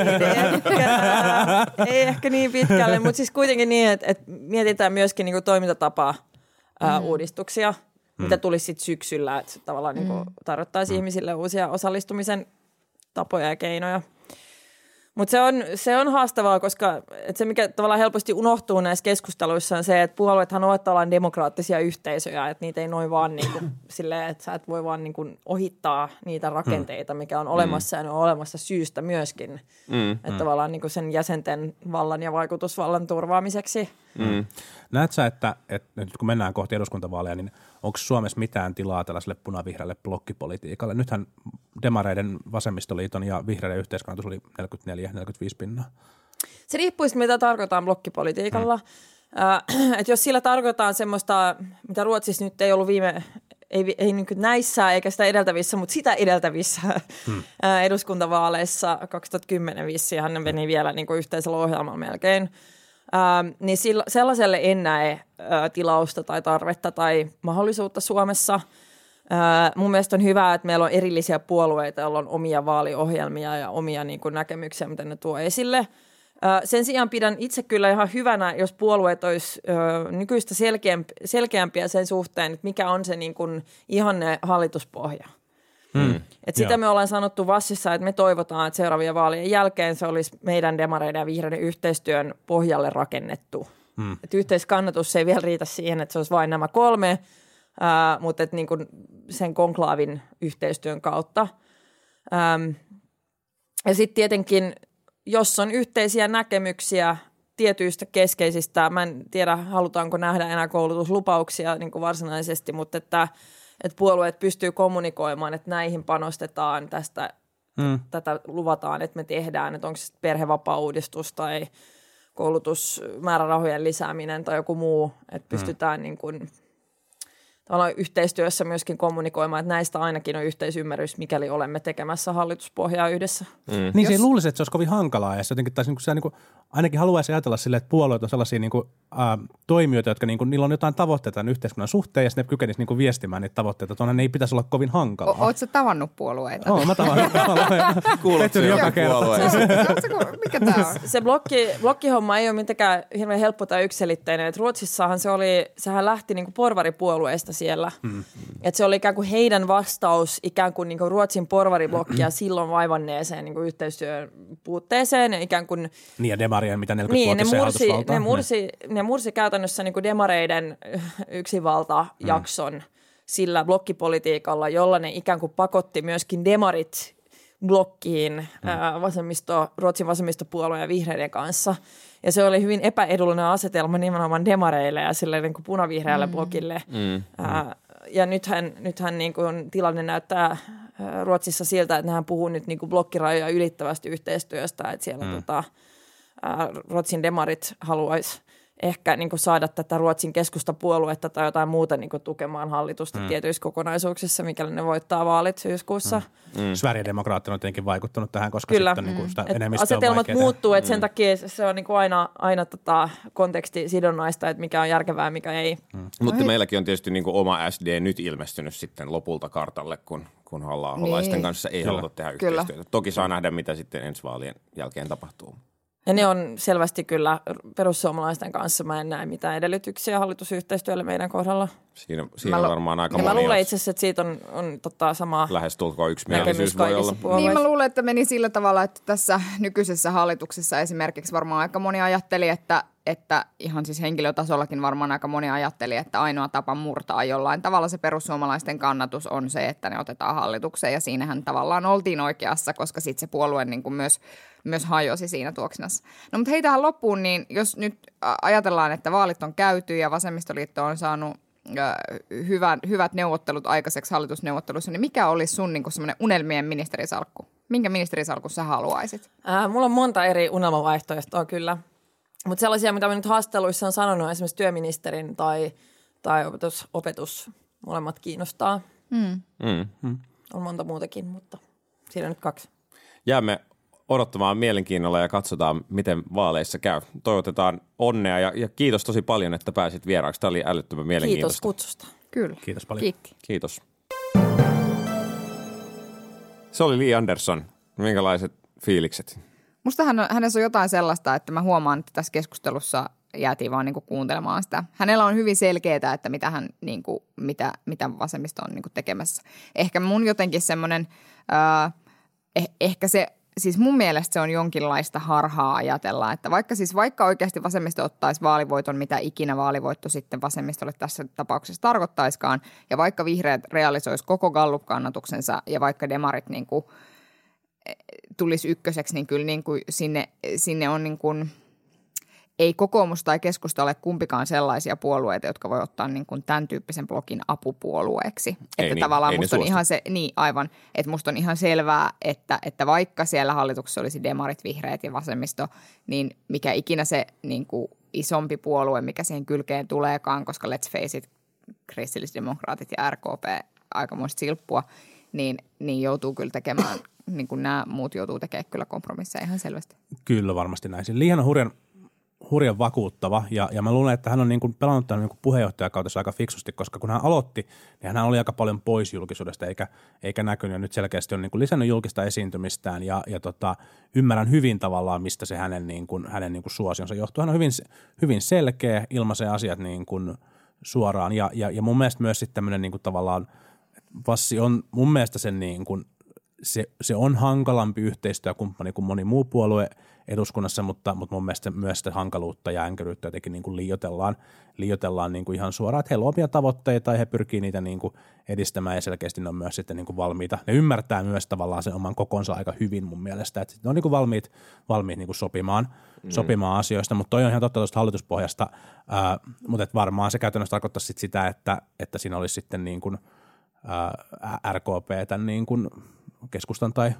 ehkä, ei ehkä niin pitkälle, mutta siis kuitenkin niin, että, että mietitään myöskin niin kuin toimintatapaa ää, uudistuksia, mm. mitä tulisi sitten syksyllä, että se tavallaan mm. niin kuin tarjottaisiin mm. ihmisille uusia osallistumisen tapoja ja keinoja. Mutta se on, se on haastavaa, koska et se, mikä tavallaan helposti unohtuu näissä keskusteluissa, on se, että puolueethan ovat tavallaan demokraattisia yhteisöjä, että niitä ei noin vaan niin kuin, silleen, että sä et voi vaan niin kuin ohittaa niitä rakenteita, mikä on olemassa mm. ja ne on olemassa syystä myöskin, mm. että mm. tavallaan niin kuin sen jäsenten vallan ja vaikutusvallan turvaamiseksi. Mm. Näet sä, että, että nyt kun mennään kohti eduskuntavaaleja, niin onko Suomessa mitään tilaa tällaiselle punavihreälle blokkipolitiikalle? Nythän demareiden, vasemmistoliiton ja vihreiden yhteiskannatus oli neljäkymmentäneljä neljäkymmentäviisi pinnaa. Se riippuisi, mitä tarkoitetaan blokkipolitiikalla. Hmm. Äh, että jos sillä tarkoitetaan semmoista, mitä Ruotsissa nyt ei ollut viime, ei, ei niin kuin näissä eikä sitä edeltävissä, mutta sitä edeltävissä hmm. äh, eduskuntavaaleissa kaksituhattakymmenen vissiinhan ne meni vielä niin kuin yhteisellä ohjelmalla melkein. Ähm, niin sillä, sellaiselle en näe äh, tilausta tai tarvetta tai mahdollisuutta Suomessa. Äh, mun mielestä on hyvä, että meillä on erillisiä puolueita, joilla on omia vaaliohjelmia ja omia niin kuin, näkemyksiä, mitä ne tuo esille. Äh, sen sijaan pidän itse kyllä ihan hyvänä, jos puolueet olisi äh, nykyistä selkeämpi, selkeämpiä sen suhteen, että mikä on se niin kuin, ihanne hallituspohja. Hmm. Et sitä Joo. me ollaan sanottu Vassissa, että me toivotaan, että seuraavien vaalien jälkeen se olisi meidän demareiden ja vihreiden yhteistyön pohjalle rakennettu. Hmm. Et yhteiskannatus ei vielä riitä siihen, että se olisi vain nämä kolme, ää, mutta et niin kuin sen konklaavin yhteistyön kautta. Ähm, ja sitten tietenkin, jos on yhteisiä näkemyksiä tietyistä keskeisistä, mä en tiedä, halutaanko nähdä enää koulutuslupauksia niin kuin varsinaisesti, mutta että että puolueet pystyy kommunikoimaan, että näihin panostetaan tästä mm. tätä luvataan, että me tehdään, että onko se perhevapaa-uudistus tai koulutusmäärärahojen lisääminen tai joku muu, että pystytään mm. niin kuin tavallaan yhteistyössä myöskin kommunikoimaan, että näistä ainakin on yhteisymmärrys, mikäli olemme tekemässä hallituspohjaa yhdessä. Mm. Niin se ei luulisi, että se olisi kovin hankalaa. Ja se jotenkin taisi, niin kuin, se, niin kuin, ainakin haluaisi ajatella silleen, että puolueet on sellaisia niin kuin, äh, toimijoita, jotka niin kuin, niillä on jotain tavoitteita yhteiskunnan suhteen, ja sitten ne kykenisivät niin kuin viestimään niitä tavoitteita. Tuonne ei pitäisi olla kovin hankalaa. O- Oletko tavannut puolueita? Oon, mä tavannut puolueita. Kuulutko joka kerta? Mikä tämä on? Se blokki, blokkihomma ei ole mitenkään hirveän helppo tai yksiselitteinen. Et Ruotsissahan se oli, sehän lähti niin kuin porvaripuolueesta siellä. Hmm. Et se oli ikään kuin heidän vastaus ikään kuin, niin kuin Ruotsin porvariblokkia silloin vaivanneeseen niin kuin yhteistyön puutteeseen. Ja ikään kuin, niin ja demarien, mitä neljäkymmentä niin, vuotta se mursi, ne, mursi, ne mursi käytännössä niin kuin demareiden yksinvaltajakson hmm. sillä blokkipolitiikalla, jolla ne ikään kuin pakotti myöskin demarit blokkiin hmm. ää, vasemmisto, Ruotsin vasemmistopuolueen ja vihreiden kanssa. Ja se oli hyvin epäedullinen asetelma nimenomaan demareille ja sille niin kuin punavihreälle mm. blokille. Mm. Ää, ja nythän, nythän niin kuin tilanne näyttää ää, Ruotsissa siltä, että nehän puhuu nyt niin kuin blokkirajoja ylittävästi yhteistyöstä. Että siellä mm. tota, ää, Ruotsin demarit haluaisi ehkä niin kuin saada tätä Ruotsin keskustapuoluetta tai jotain muuta niin kuin tukemaan hallitusta mm. tietyissä kokonaisuuksissa, mikäli ne voittaa vaalit syyskuussa. Mm. Mm. Sverigedemokraatit on jotenkin vaikuttanut tähän, koska Kyllä. sitten niin kuin sitä mm. enemmistöä asetelmat on muuttuu, että mm. sen takia se on niin kuin aina, aina tota kontekstisidonnaista, että mikä on järkevää ja mikä ei. Mm. Mutta meilläkin on tietysti niin kuin oma S D nyt ilmestynyt sitten lopulta kartalle, kun, kun halla-aholaisten niin. kanssa ei haluta tehdä Kyllä. yhteistyötä. Toki saa nähdä, mitä sitten ensi vaalien jälkeen tapahtuu. Ja ne on selvästi kyllä perussuomalaisten kanssa. Mä en näe mitään edellytyksiä hallitusyhteistyölle meidän kohdalla. Siinä, siinä on varmaan aika monia. Mä luulen itse asiassa, että siitä on, on tota, sama lähestulkoon yksimielisyys voi olla. Puolueissa. Niin mä luulen, että meni sillä tavalla, että tässä nykyisessä hallituksessa esimerkiksi varmaan aika moni ajatteli, että, että ihan siis henkilötasollakin varmaan aika moni ajatteli, että ainoa tapa murtaa jollain tavalla se perussuomalaisten kannatus on se, että ne otetaan hallitukseen. Ja siinähän tavallaan oltiin oikeassa, koska sitten se puolue niin kuin myös myös hajosi siinä tuoksinassa. No mutta hei tähän loppuun, niin jos nyt ajatellaan, että vaalit on käyty ja vasemmistoliitto on saanut äh, hyvän, hyvät neuvottelut aikaiseksi hallitusneuvottelussa, niin mikä olisi sun niin kuin semmoinen unelmien ministerisalkku? Minkä ministerisalkun sä haluaisit? Äh, mulla on monta eri unelmavaihtoehtoa kyllä, mutta sellaisia, mitä mä nyt haastatteluissa on sanonut, esimerkiksi työministerin tai, tai opetus, opetus, molemmat kiinnostaa. Mm. Mm. On monta muutakin, mutta siinä on nyt kaksi. Jäämme odottamaan mielenkiinnolla ja katsotaan, miten vaaleissa käy. Toivotetaan onnea ja, ja kiitos tosi paljon, että pääsit vieraaksi. Tämä oli älyttömän mielenkiintoista. Kiitos kutsusta. Kyllä. Kiitos paljon. Kiitti. Kiitos. Se oli Li Andersson. Minkälaiset fiilikset? Musta hän, hänessä on jotain sellaista, että mä huomaan, että tässä keskustelussa jäätiin vaan niinku kuuntelemaan sitä. Hänellä on hyvin selkeää, että mitä, hän, niinku, mitä, mitä vasemmisto on niinku tekemässä. Ehkä mun jotenkin semmoinen, äh, eh, ehkä se, siis mun mielestä se on jonkinlaista harhaa ajatella, että vaikka siis vaikka oikeasti vasemmisto ottaisi vaalivoiton, mitä ikinä vaalivoitto sitten vasemmistolle tässä tapauksessa tarkoittaiskaan, ja vaikka vihreät realisoisi koko Gallup-kannatuksensa ja vaikka demarit niin kuin tulisi ykköseksi, niin kyllä niin kuin sinne, sinne on niin kuin, ei kokoomus tai keskusta ole kumpikaan sellaisia puolueita, jotka voi ottaa niin kuin tämän tyyppisen blokin apupuolueeksi. Ei että niin, tavallaan musta on ihan se, niin aivan, että musta on ihan selvää, että, että vaikka siellä hallituksessa olisi demarit, vihreät ja vasemmisto, niin mikä ikinä se niin kuin isompi puolue, mikä siihen kylkeen tuleekaan, koska let's face it, kristillisdemokraatit ja R K P aikamoista silppua, niin, niin joutuu kyllä tekemään, niin kuin nämä muut joutuu tekemään kyllä kompromisseja ihan selvästi. Kyllä varmasti näin. Liian on hurjan, hurjan vakuuttava ja, ja mä luulen, että hän on niin kuin pelannut tämän niin kuin puheenjohtajakautessa aika fiksusti, koska kun hän aloitti, niin hän oli aika paljon pois julkisuudesta eikä, eikä näkynyt ja nyt selkeästi on niin kuin lisännyt julkista esiintymistään ja, ja tota, ymmärrän hyvin tavallaan, mistä se hänen, niin kuin, hänen niin kuin suosionsa johtuu. Hän on hyvin, hyvin selkeä, ilmaisee asiat niin kuin suoraan ja, ja, ja mun mielestä myös sitten tämmöinen niin kuin tavallaan Vassi on mun mielestä sen niin kuin, se, se on hankalampi yhteistyökumppani kuin moni muu puolue eduskunnassa, mutta, mutta mun mielestä myös sitä hankaluutta ja änkäryyttä jotenkin niin kuin liioitellaan, liioitellaan niin kuin ihan suoraan, että heillä on omia tavoitteita ja he pyrkii niitä niin kuin edistämään ja selkeästi ne on myös sitten niin kuin valmiita. Ne ymmärtää myös tavallaan sen oman kokonsa aika hyvin mun mielestä, että ne on niin kuin valmiit, valmiit niin kuin sopimaan, mm. sopimaan asioista, mutta toi on ihan totta tuosta hallituspohjasta, ää, mutta et varmaan se käytännössä tarkoittaa sit sitä, että, että siinä olisi sitten niin kuin R K P tämän niin kuin keskustan tai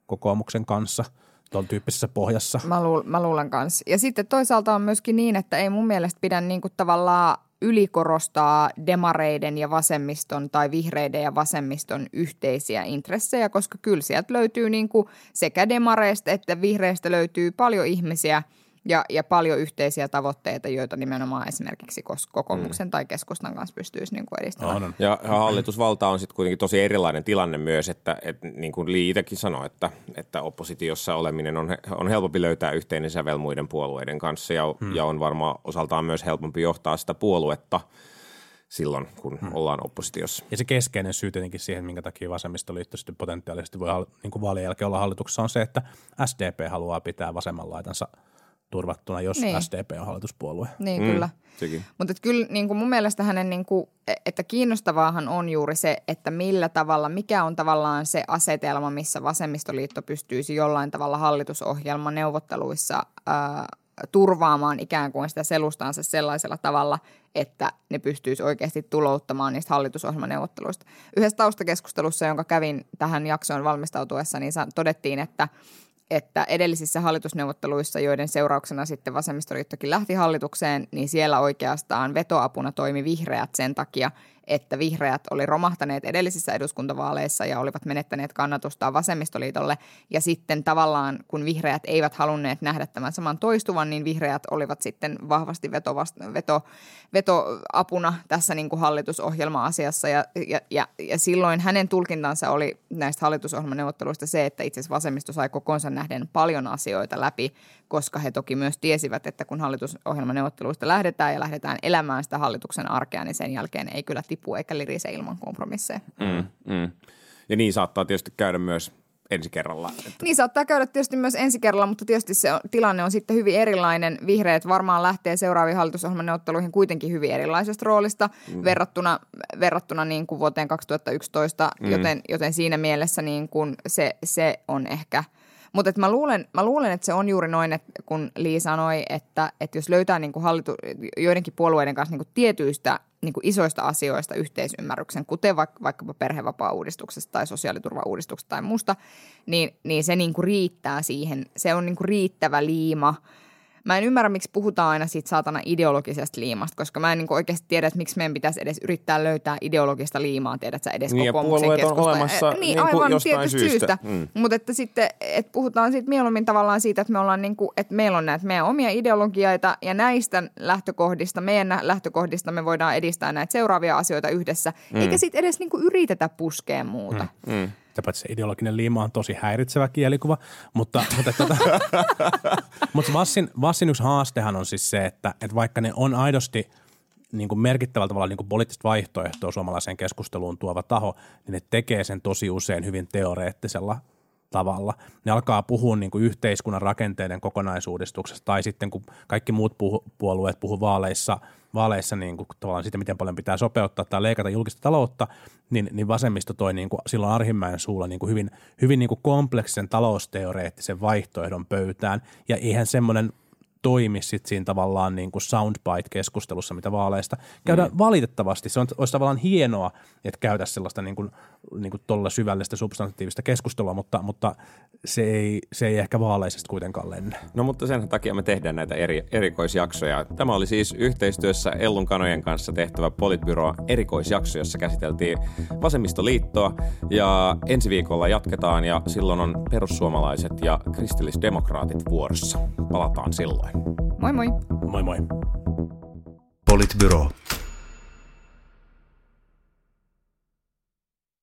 kokoomuksen kanssa tuolla tyyppisessä pohjassa. Mä, luul, mä luulen kanssa. Ja sitten toisaalta on myöskin niin, että ei mun mielestä pidä niin kuin tavallaan ylikorostaa demareiden ja vasemmiston tai vihreiden ja vasemmiston yhteisiä intressejä, koska kyllä sieltä löytyy niin kuin sekä demareista että vihreistä löytyy paljon ihmisiä ja, ja paljon yhteisiä tavoitteita, joita nimenomaan esimerkiksi kokoomuksen mm. tai keskustan kanssa pystyisi niin kuin edistämään. On. Ja hallitusvalta on sitten kuitenkin tosi erilainen tilanne myös, että, että niin kuin Li itsekin sanoi, että, että oppositiossa oleminen on, on helpompi löytää yhteinen sävel muiden puolueiden kanssa ja, mm. ja on varmaan osaltaan myös helpompi johtaa sitä puoluetta silloin, kun hmm. ollaan oppositiossa. Ja se keskeinen syy tietenkin siihen, minkä takia vasemmistoliitto sitten potentiaalisesti voi niin kuin vaalien jälkeen olla hallituksessa, on se, että S D P haluaa pitää vasemman laitansa turvattuna, jos niin. S D P on hallituspuolue. Niin, mm, kyllä. Mutta kyllä niin kuin mun mielestä hänen, niin kuin, että kiinnostavaahan on juuri se, että millä tavalla, mikä on tavallaan se asetelma, missä vasemmistoliitto pystyisi jollain tavalla hallitusohjelmaneuvotteluissa ää, turvaamaan ikään kuin sitä selustaansa sellaisella tavalla, että ne pystyisi oikeasti tulouttamaan niistä hallitusohjelmaneuvotteluista. Yhdessä taustakeskustelussa, jonka kävin tähän jaksoon valmistautuessa, niin todettiin, että että edellisissä hallitusneuvotteluissa, joiden seurauksena sitten vasemmistoliittokin lähti hallitukseen, niin siellä oikeastaan vetoapuna toimi vihreät sen takia, että vihreät oli romahtaneet edellisissä eduskuntavaaleissa ja olivat menettäneet kannatustaan vasemmistoliitolle. Ja sitten tavallaan, kun vihreät eivät halunneet nähdä tämän saman toistuvan, niin vihreät olivat sitten vahvasti vetovast- veto, vetoapuna tässä niin kuin hallitusohjelma-asiassa. Ja, ja, ja, ja silloin hänen tulkintansa oli näistä hallitusohjelmaneuvotteluista se, että itse asiassa vasemmisto sai kokonsa nähden paljon asioita läpi, koska he toki myös tiesivät, että kun hallitusohjelmaneuvotteluista lähdetään ja lähdetään elämään sitä hallituksen arkea, niin sen jälkeen ei kyllä tipu eikä lirise ilman kompromisseja. Mm, mm. Ja niin saattaa tietysti käydä myös ensi kerralla. Että... Niin saattaa käydä tietysti myös ensi kerralla, mutta tietysti se on, tilanne on sitten hyvin erilainen. Vihreät varmaan lähtee seuraaviin hallitusohjelmaneuvotteluihin kuitenkin hyvin erilaisesta roolista mm. verrattuna, verrattuna niin kuin vuoteen kaksituhattayksitoista, mm. joten, joten siinä mielessä niin kuin se, se on ehkä... Mutta mä luulen, mä luulen, että se on juuri noin, että kun Li sanoi, että, että jos löytää niin kuin hallitu, joidenkin puolueiden kanssa niin kuin tietyistä niin kuin isoista asioista yhteisymmärryksen, kuten vaikka, vaikkapa perhevapaa-uudistuksesta tai sosiaaliturva-uudistuksesta tai muusta, niin, niin se niin kuin riittää siihen. Se on niin kuin riittävä liima. Mä en ymmärrä, miksi puhutaan aina siitä saatana ideologisesta liimasta, koska mä en niin oikeasti tiedä, että miksi meidän pitäisi edes yrittää löytää ideologista liimaa, tiedät sä edes niin kokoomuksen keskusta. On olemassa niin, niin aivan jostain syystä. syystä. Mm. Mutta että sitten, että puhutaan siitä mieluummin tavallaan siitä, että me ollaan niin kuin, että meillä on näitä meidän omia ideologioita ja näistä lähtökohdista, meidän lähtökohdista me voidaan edistää näitä seuraavia asioita yhdessä, mm. eikä sitten edes niin kuin yritetä puskea muuta. Mm. Mm. Se ideologinen liima on tosi häiritsevä kielikuva, mutta, mutta, tota, mutta Vassin, Vassin yksi haastehan on siis se, että, että vaikka ne on aidosti niin kuin merkittävällä tavalla niin kuin poliittista vaihtoehtoa suomalaiseen keskusteluun tuova taho, niin ne tekee sen tosi usein hyvin teoreettisella tavalla. Ne alkaa puhua niin kuin yhteiskunnan rakenteiden kokonaisuudistuksesta tai sitten kun kaikki muut puhu, puolueet puhuu vaaleissa, vaaleissa niin kuin tavallaan siitä, miten paljon pitää sopeuttaa tai leikata julkista taloutta, niin, niin vasemmisto toi niin kuin silloin Arhinmäen suulla niin kuin hyvin, hyvin niin kuin kompleksisen talousteoreettisen vaihtoehdon pöytään ja eihän semmoinen toimi sitten siinä tavallaan niin kuin soundbite-keskustelussa, mitä vaaleista käydään mm. valitettavasti. Se on, olisi tavallaan hienoa, että käytäisiin sellaista niin kuin, niin kuin tolla syvällistä substantiivista keskustelua, mutta, mutta se, ei, se ei ehkä vaaleisesti kuitenkaan lennä. No mutta sen takia me tehdään näitä eri, erikoisjaksoja. Tämä oli siis yhteistyössä Ellun Kanojen kanssa tehtävä Politbyro erikoisjakso, jossa käsiteltiin vasemmistoliittoa ja ensi viikolla jatketaan ja silloin on perussuomalaiset ja kristillisdemokraatit vuorossa. Palataan silloin. Moi moi. Moi moi. Politbyro.